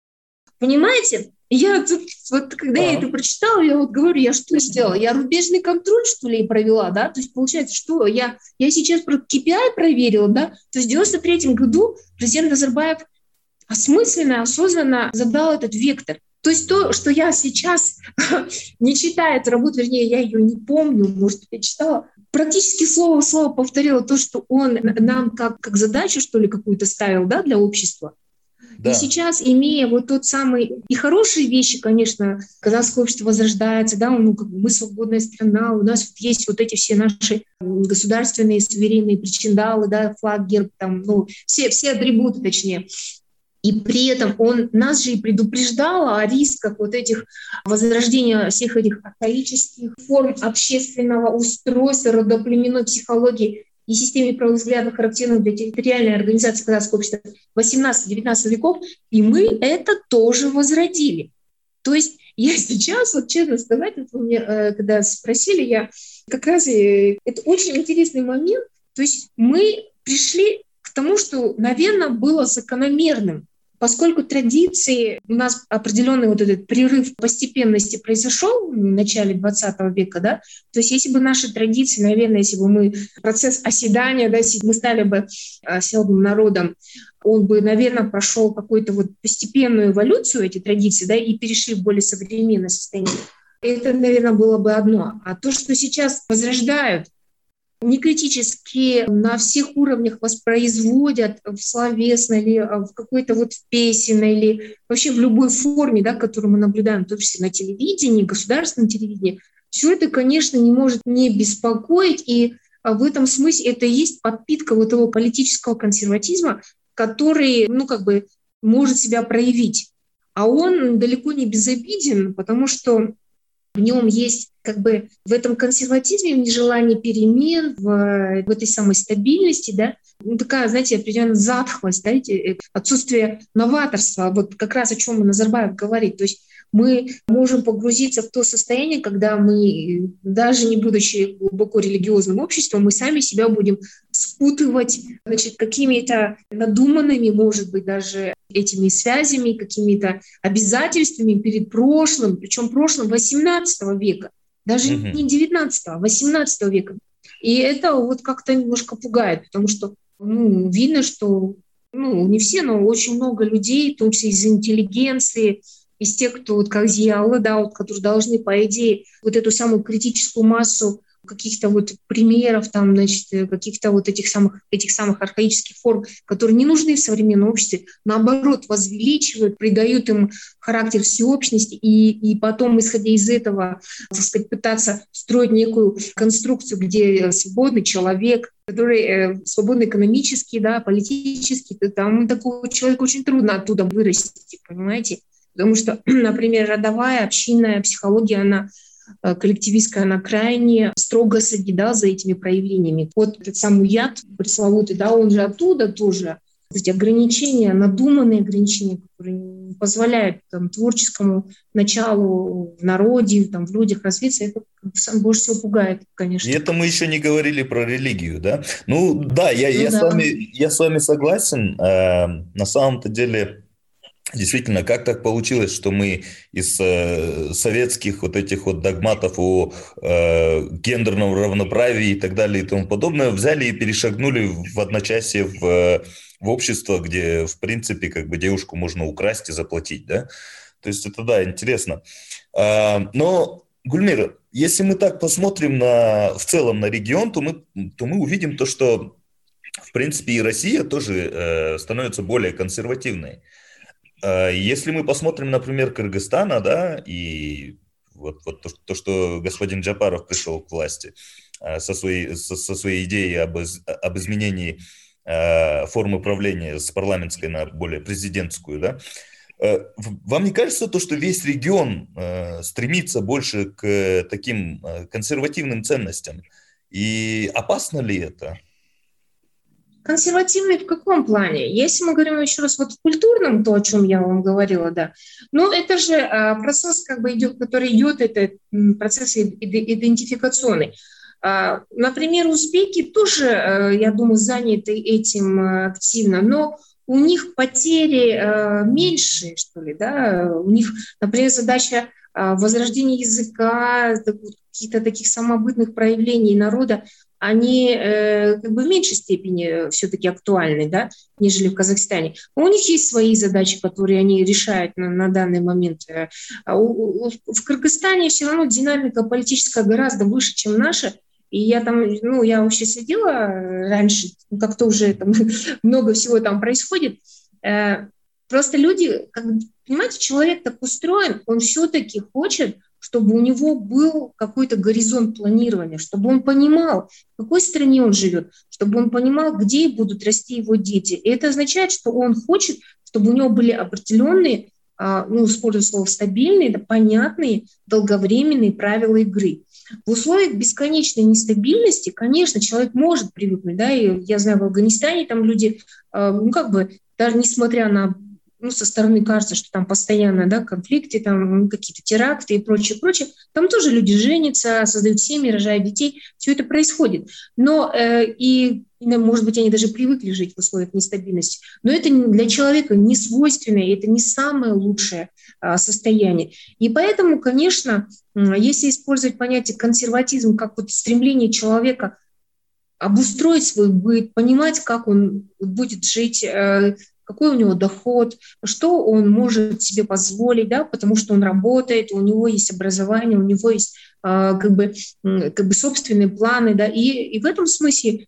Speaker 7: Понимаете? Я тут, вот когда я это прочитала, я вот говорю, я что сделала? Я рубежный контроль, что ли, провела, да? То есть, получается, что я сейчас про KPI проверила, да? То есть в 1993 году президент Назарбаев осмысленно, осознанно задал этот вектор. То есть то, что я сейчас, не читая эту работу, вернее, я ее не помню, может, я читала, практически слово в слово повторила то, что он нам как задачу, что ли, какую-то ставил, да, для общества. Да. И сейчас, имея вот тот самый, и хорошие вещи, конечно, казахское общество возрождается, да, ну, как бы мы свободная страна, у нас вот есть вот эти все наши государственные суверенные причиндалы, да, флаг, герб, там, ну, все атрибуты, точнее. И при этом он нас же и предупреждал о рисках вот этих возрождения всех этих архаических форм общественного устройства, родоплеменной психологии и системе правовых взглядов, характерных для территориальной организации казахского общества 18-19 веков, и мы это тоже возродили. То есть я сейчас, вот честно сказать, вот вы меня, когда спросили, я как раз, это очень интересный момент, то есть мы пришли к тому, что, наверное, было закономерным, поскольку традиции, у нас определенный вот этот прерыв постепенности произошел в начале 20 века, да, то есть если бы наши традиции, наверное, если бы мы процесс оседания, да, если бы мы стали бы оседлым народом, он бы, наверное, прошел какую-то вот постепенную эволюцию, эти традиции, да, и перешли в более современное состояние. Это, наверное, было бы одно. А то, что сейчас возрождают, не критически на всех уровнях воспроизводят в словесной или в какой-то вот песенной или вообще в любой форме, да, которую мы наблюдаем, в том числе на телевидении, государственном телевидении, все это, конечно, не может не беспокоить, и в этом смысле это и есть подпитка вот этого политического консерватизма, который, ну, как бы может себя проявить. А он далеко не безобиден, потому что в нем есть в этом консерватизме, в нежелании перемен, в этой самой стабильности, да, такая, знаете, определенная затхлость, да, отсутствие новаторства, вот как раз о чем Назарбаев говорит. То есть мы можем погрузиться в то состояние, когда мы, даже не будучи глубоко религиозным обществом, мы сами себя будем спутывать, какими-то надуманными, может быть, даже этими связями, какими-то обязательствами перед прошлым, причем прошлым XVIII века, даже не XIX, XVIII века. И это вот как-то немножко пугает, потому что видно, что не все, но очень много людей, в том числе из интеллигенции, из тех, кто как Зиялы, да, которые должны, по идее, вот эту самую критическую массу каких-то примеров, каких-то этих самых архаических форм, которые не нужны в современном обществе, наоборот, возвеличивают, придают им характер всеобщности, и потом, исходя из этого, пытаться строить некую конструкцию, где свободный человек, который свободный экономически, да, политически, там такого человека очень трудно оттуда вырасти, понимаете? Потому что, например, родовая, общинная психология, она коллективистская, она крайне строго следит, за этими проявлениями. Вот этот самый яд пресловутый, он же оттуда тоже. Эти ограничения, надуманные ограничения, которые не позволяют творческому началу в народе, в людях развиться, это больше всего пугает, конечно.
Speaker 2: И это мы еще не говорили про религию, да? Я с вами согласен. На самом-то деле... Действительно, как так получилось, что мы из советских этих догматов о гендерном равноправии и так далее и тому подобное взяли и перешагнули в одночасье в общество, где, в принципе, девушку можно украсть и заплатить, да? То есть это, да, интересно. Но, Гульмира, если мы так посмотрим в целом на регион, то мы увидим то, что, в принципе, и Россия тоже становится более консервативной. Если мы посмотрим, например, Кыргызстана, да, и вот то, что господин Джапаров пришел к власти со своей идеей об изменении формы правления с парламентской на более президентскую, да, вам не кажется то, что весь регион стремится больше к таким консервативным ценностям? И опасно ли это?
Speaker 7: Консервативный в каком плане? Если мы говорим еще раз в культурном, то, о чем я вам говорила, да, это же процесс идет, который идет, это процесс идентификационный. Например, узбеки тоже, я думаю, заняты этим активно, но у них потери меньше, что ли, да, у них, например, задача возрождения языка, каких-то таких самобытных проявлений народа, они в меньшей степени все-таки актуальны, да, нежели в Казахстане. У них есть свои задачи, которые они решают на данный момент. В Кыргызстане все равно динамика политическая гораздо выше, чем наша. И я я вообще следила раньше, как-то уже много всего там происходит. Просто люди, понимаете, человек так устроен, он все-таки хочет, чтобы у него был какой-то горизонт планирования, чтобы он понимал, в какой стране он живет, чтобы он понимал, где будут расти его дети. И это означает, что он хочет, чтобы у него были определенные, используя слово стабильные, понятные, долговременные правила игры. В условиях бесконечной нестабильности, конечно, человек может привыкнуть, да, и я знаю, в Афганистане там люди, даже несмотря на со стороны кажется, что там постоянно, да, конфликты, там какие-то теракты и прочее, там тоже люди женятся, создают семьи, рожают детей, все это происходит. Но может быть, они даже привыкли жить в условиях нестабильности, но это для человека не свойственно, и это не самое лучшее состояние. И поэтому, конечно, если использовать понятие консерватизм как стремление человека обустроить свой быт, понимать, как он будет жить, какой у него доход, что он может себе позволить, да, потому что он работает, у него есть образование, у него есть собственные планы, да, и в этом смысле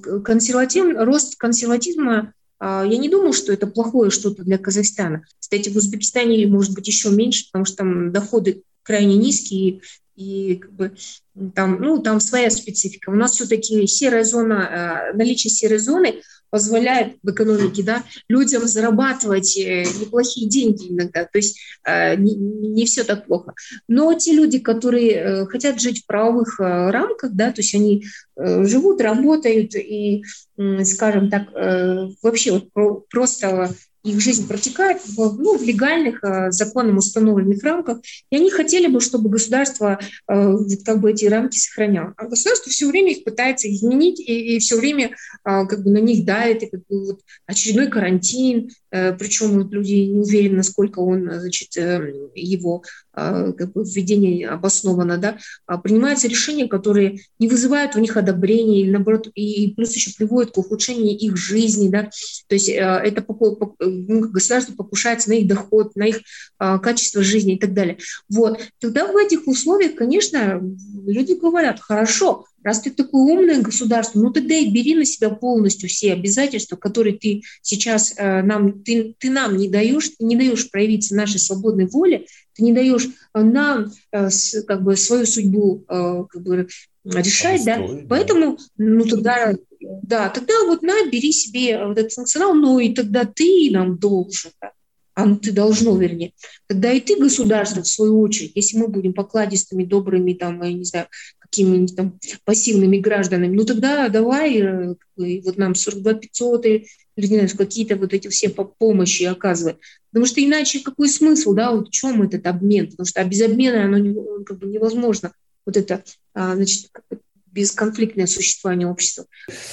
Speaker 7: рост консерватизма, я не думаю, что это плохое что-то для Казахстана. Кстати, в Узбекистане может быть еще меньше, потому что там доходы крайне низкий, и как бы там своя специфика. У нас все-таки серая зона, наличие серой зоны позволяет в экономике, да, людям зарабатывать неплохие деньги иногда. То есть не все так плохо. Но те люди, которые хотят жить в правовых рамках, да, то есть они живут, работают и, скажем так, вообще вот просто их жизнь протекает в легальных, законом установленных рамках, и они хотели бы, чтобы государство как бы эти рамки сохраняло. А государство все время их пытается изменить, и все время как бы на них давит, и как бы вот очередной карантин, причем вот люди не уверены, насколько он, значит, его как бы введение обосновано, да, принимаются решения, которые не вызывают у них одобрения, или наоборот, и плюс еще приводят к ухудшению их жизни, да, то есть это государство покушается на их доход, на их качество жизни и так далее. Вот. Тогда в этих условиях, конечно, люди говорят: хорошо, раз ты такое умное государство, ну тогда и бери на себя полностью все обязательства, которые ты сейчас ты нам не даешь проявиться нашей свободной воле, ты не даешь нам как бы свою судьбу как бы решать, да, поэтому, тогда вот бери себе вот этот функционал, и тогда ты нам должен, да, ты должно, вернее, тогда и ты, государство, в свою очередь, если мы будем покладистыми, добрыми, там, я не знаю, какими-нибудь там пассивными гражданами, тогда давай вот нам 42 500 или не знаю, какие-то вот эти все помощи оказывать. Потому что иначе какой смысл, да, вот в чем этот обмен? Потому что без обмена оно как бы невозможно. Вот это, значит, бесконфликтное существование общества.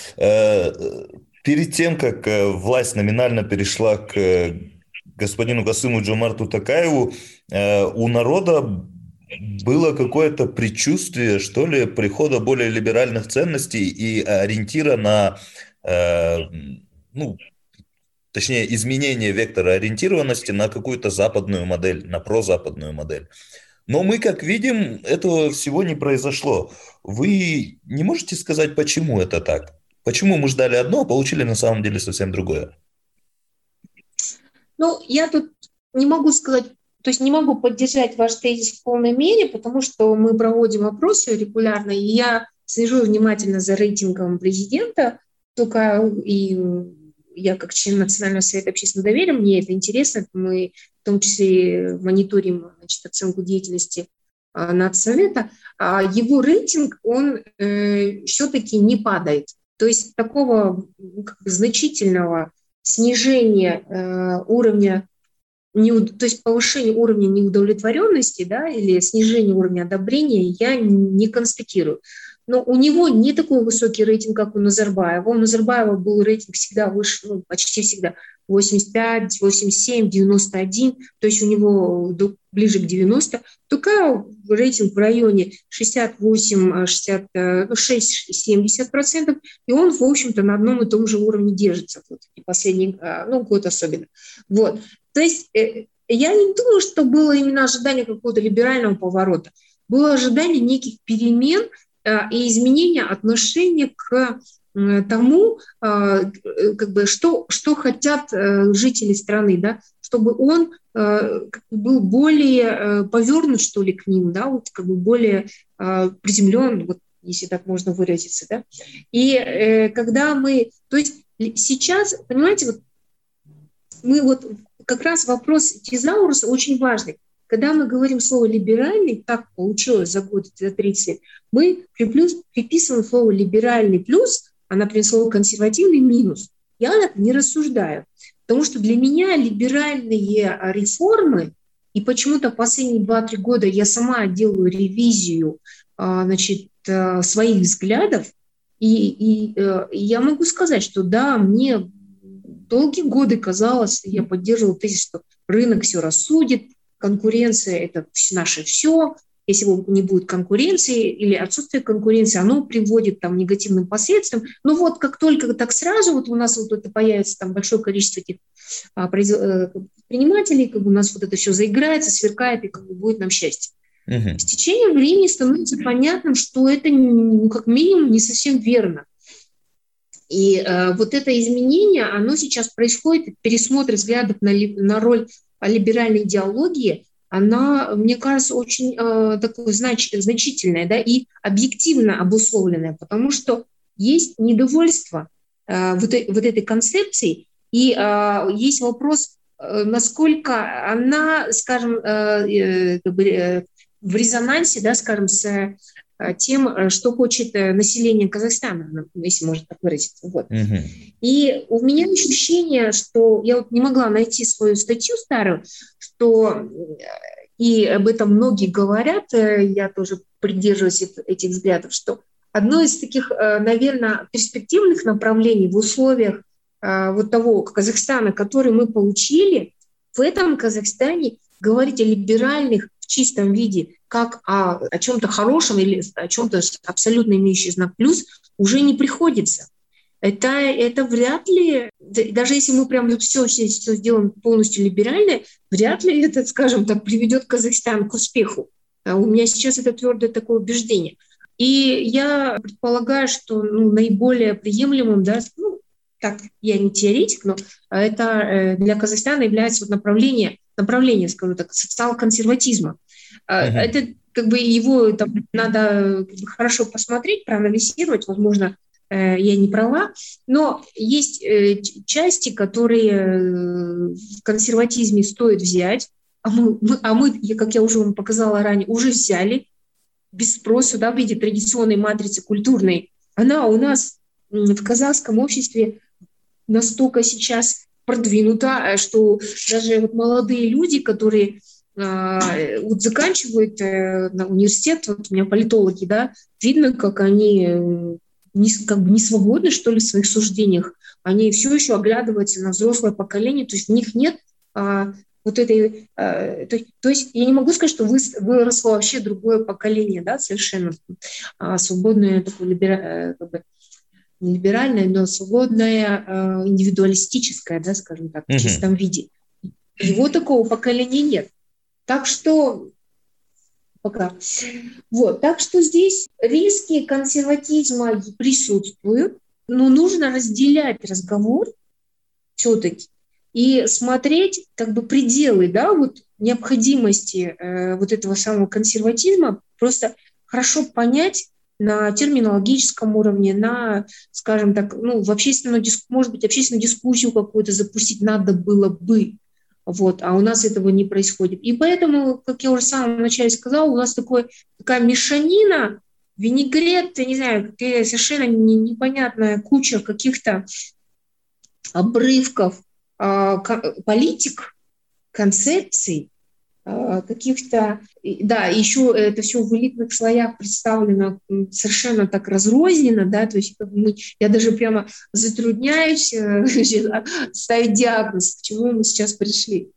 Speaker 2: Перед тем, как власть номинально перешла к господину Касыму-Джомарту Токаеву, у народа было какое-то предчувствие, что ли, прихода более либеральных ценностей и ориентира на, точнее, изменение вектора ориентированности на какую-то западную модель, на прозападную модель. Но мы, как видим, этого всего не произошло. Вы не можете сказать, почему это так? Почему мы ждали одно, а получили на самом деле совсем другое?
Speaker 7: Я тут не могу сказать, то есть не могу поддержать ваш тезис в полной мере, потому что мы проводим опросы регулярно, и я слежу внимательно за рейтингом президента, и я как член Национального совета общественного доверия, мне это интересно, мы в том числе мониторим, значит, оценку деятельности Нацсовета, а его рейтинг, он все-таки не падает. То есть такого как бы значительного снижения уровня, то есть повышение уровня неудовлетворенности, да, или снижение уровня одобрения я не констатирую. Но у него не такой высокий рейтинг, как у Назарбаева. У Назарбаева был рейтинг всегда выше, почти всегда 85, 87, 91, то есть у него ближе к 90. Только рейтинг в районе 68, 66, 70%, и он, в общем-то, на одном и том же уровне держится, вот, последний год особенно. Вот. То есть я не думаю, что было именно ожидание какого-то либерального поворота. Было ожидание неких перемен и изменения отношения к тому, как бы, что хотят жители страны, да, чтобы он был более повернут, что ли, к ним, да, вот, как бы более приземлен, вот, если так можно выразиться, да. И когда то есть сейчас, понимаете, вот мы вот как раз вопрос тезауруса очень важный. Когда мы говорим слово «либеральный», так получилось за год, за 30 лет, мы приписываем слово «либеральный» плюс, а, например, слово «консервативный» минус. Я так не рассуждаю, потому что для меня либеральные реформы, и почему-то последние 2-3 года я сама делаю ревизию, значит, своих взглядов, и я могу сказать, что да, мне долгие годы казалось, я поддерживала тезис, что рынок все рассудит, конкуренция – это наше все. Если не будет конкуренции или отсутствие конкуренции, оно приводит там, к негативным последствиям. Но вот как только так сразу вот у нас вот это появится там, большое количество этих предпринимателей, как бы у нас вот это все заиграется, сверкает, и как бы будет нам счастье. С течением времени становится понятным, что это как минимум не совсем верно. И вот это изменение, оно сейчас происходит, пересмотр взглядов на роль либеральной идеологии она, мне кажется, очень такое значительная, да, и объективно обусловленная, потому что есть недовольство вот этой концепцией, и есть вопрос, насколько она, скажем, в резонансе, да, скажем, с тем, что хочет население Казахстана, если можно так выразиться. Вот. И у меня ощущение, что я вот не могла найти свою статью старую, что, и об этом многие говорят, я тоже придерживаюсь этих взглядов, что одно из таких, наверное, перспективных направлений в условиях вот того Казахстана, который мы получили, в этом Казахстане говорить о либеральных в чистом виде, как о чем-то хорошем или о чем-то абсолютно имеющем знак плюс, уже не приходится. Это вряд ли, даже если мы прям все сделаем полностью либерально, вряд ли это, скажем так, приведет Казахстан к успеху. У меня сейчас это твердое такое убеждение. И я предполагаю, что наиболее приемлемым, да, так, я не теоретик, но это для Казахстана является вот направление, скажу так, социал-консерватизма. Это как бы его там надо хорошо посмотреть, проанализировать, возможно, я не права, но есть части, которые в консерватизме стоит взять, а мы, как я уже вам показала ранее, уже взяли без спроса, да, в виде традиционной матрицы культурной. Она у нас в казахском обществе настолько сейчас продвинута, что даже вот молодые люди, которые вот заканчивают университет, вот у меня политологи, да, видно, как они не свободны, что ли, в своих суждениях. Они все еще оглядываются на взрослое поколение, то есть в них нет вот этой... То есть я не могу сказать, что выросло вообще другое поколение, да, совершенно свободное, такое не либеральное, но свободное, индивидуалистическое, да, скажем так, в чистом виде. Его такого поколения нет. Так что пока. Вот. Так что здесь риски консерватизма присутствуют, но нужно разделять разговор все-таки и смотреть как бы пределы, да, вот необходимости вот этого самого консерватизма, просто хорошо понять на терминологическом уровне, на, скажем так, в общественную, может быть, общественную дискуссию какую-то запустить надо было бы. Вот, а у нас этого не происходит. И поэтому, как я уже в самом начале сказала, у нас такая мешанина, винегрет, я не знаю, совершенно непонятная куча каких-то обрывков политик, концепций, каких-то, да, еще это все в элитных слоях представлено совершенно так разрозненно, да, то есть я даже прямо затрудняюсь ставить диагноз, к чему мы сейчас пришли.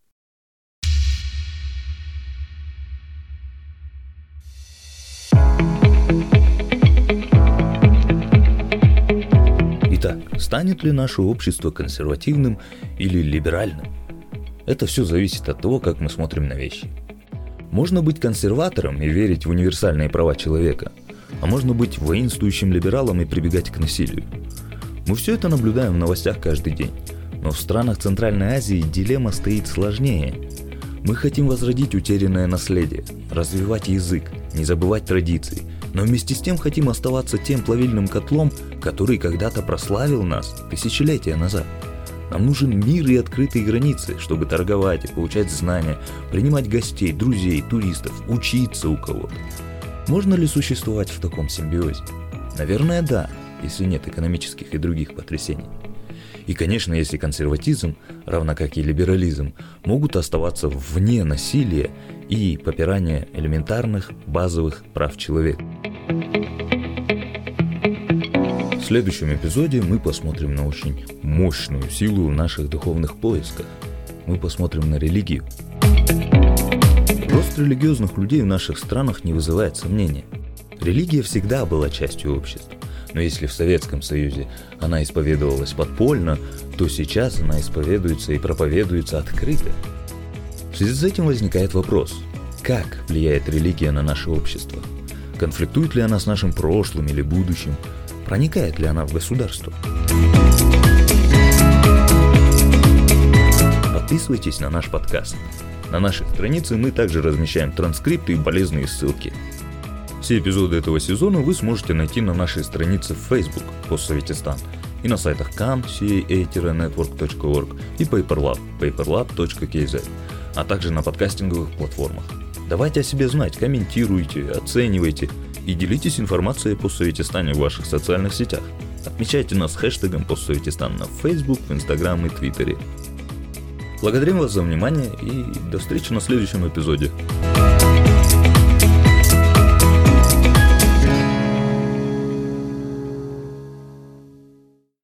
Speaker 1: Итак, станет ли наше общество консервативным или либеральным? Это все зависит от того, как мы смотрим на вещи. Можно быть консерватором и верить в универсальные права человека, а можно быть воинствующим либералом и прибегать к насилию. Мы все это наблюдаем в новостях каждый день, но в странах Центральной Азии дилемма стоит сложнее. Мы хотим возродить утерянное наследие, развивать язык, не забывать традиции, но вместе с тем хотим оставаться тем плавильным котлом, который когда-то прославил нас тысячелетия назад. Нам нужен мир и открытые границы, чтобы торговать и получать знания, принимать гостей, друзей, туристов, учиться у кого-то. Можно ли существовать в таком симбиозе? Наверное, да, если нет экономических и других потрясений. И, конечно, если консерватизм, равно как и либерализм, могут оставаться вне насилия и попирания элементарных базовых прав человека. В следующем эпизоде мы посмотрим на очень мощную силу в наших духовных поисках. Мы посмотрим на религию. Рост религиозных людей в наших странах не вызывает сомнения. Религия всегда была частью общества. Но если в Советском Союзе она исповедовалась подпольно, то сейчас она исповедуется и проповедуется открыто. В связи с этим возникает вопрос: как влияет религия на наше общество? Конфликтует ли она с нашим прошлым или будущим? Проникает ли она в государство? Подписывайтесь на наш подкаст. На нашей странице мы также размещаем транскрипты и полезные ссылки. Все эпизоды этого сезона вы сможете найти на нашей странице в Facebook «Постсоветистан» и на сайтах can.ca-network.org и PaperLab, paperlab.kz, а также на подкастинговых платформах. Давайте о себе знать, комментируйте, оценивайте и делитесь информацией о Постсоветистане в ваших социальных сетях. Отмечайте нас хэштегом Постсоветистан на Facebook, в Instagram и Твиттере. Благодарим вас за внимание и до встречи на следующем эпизоде.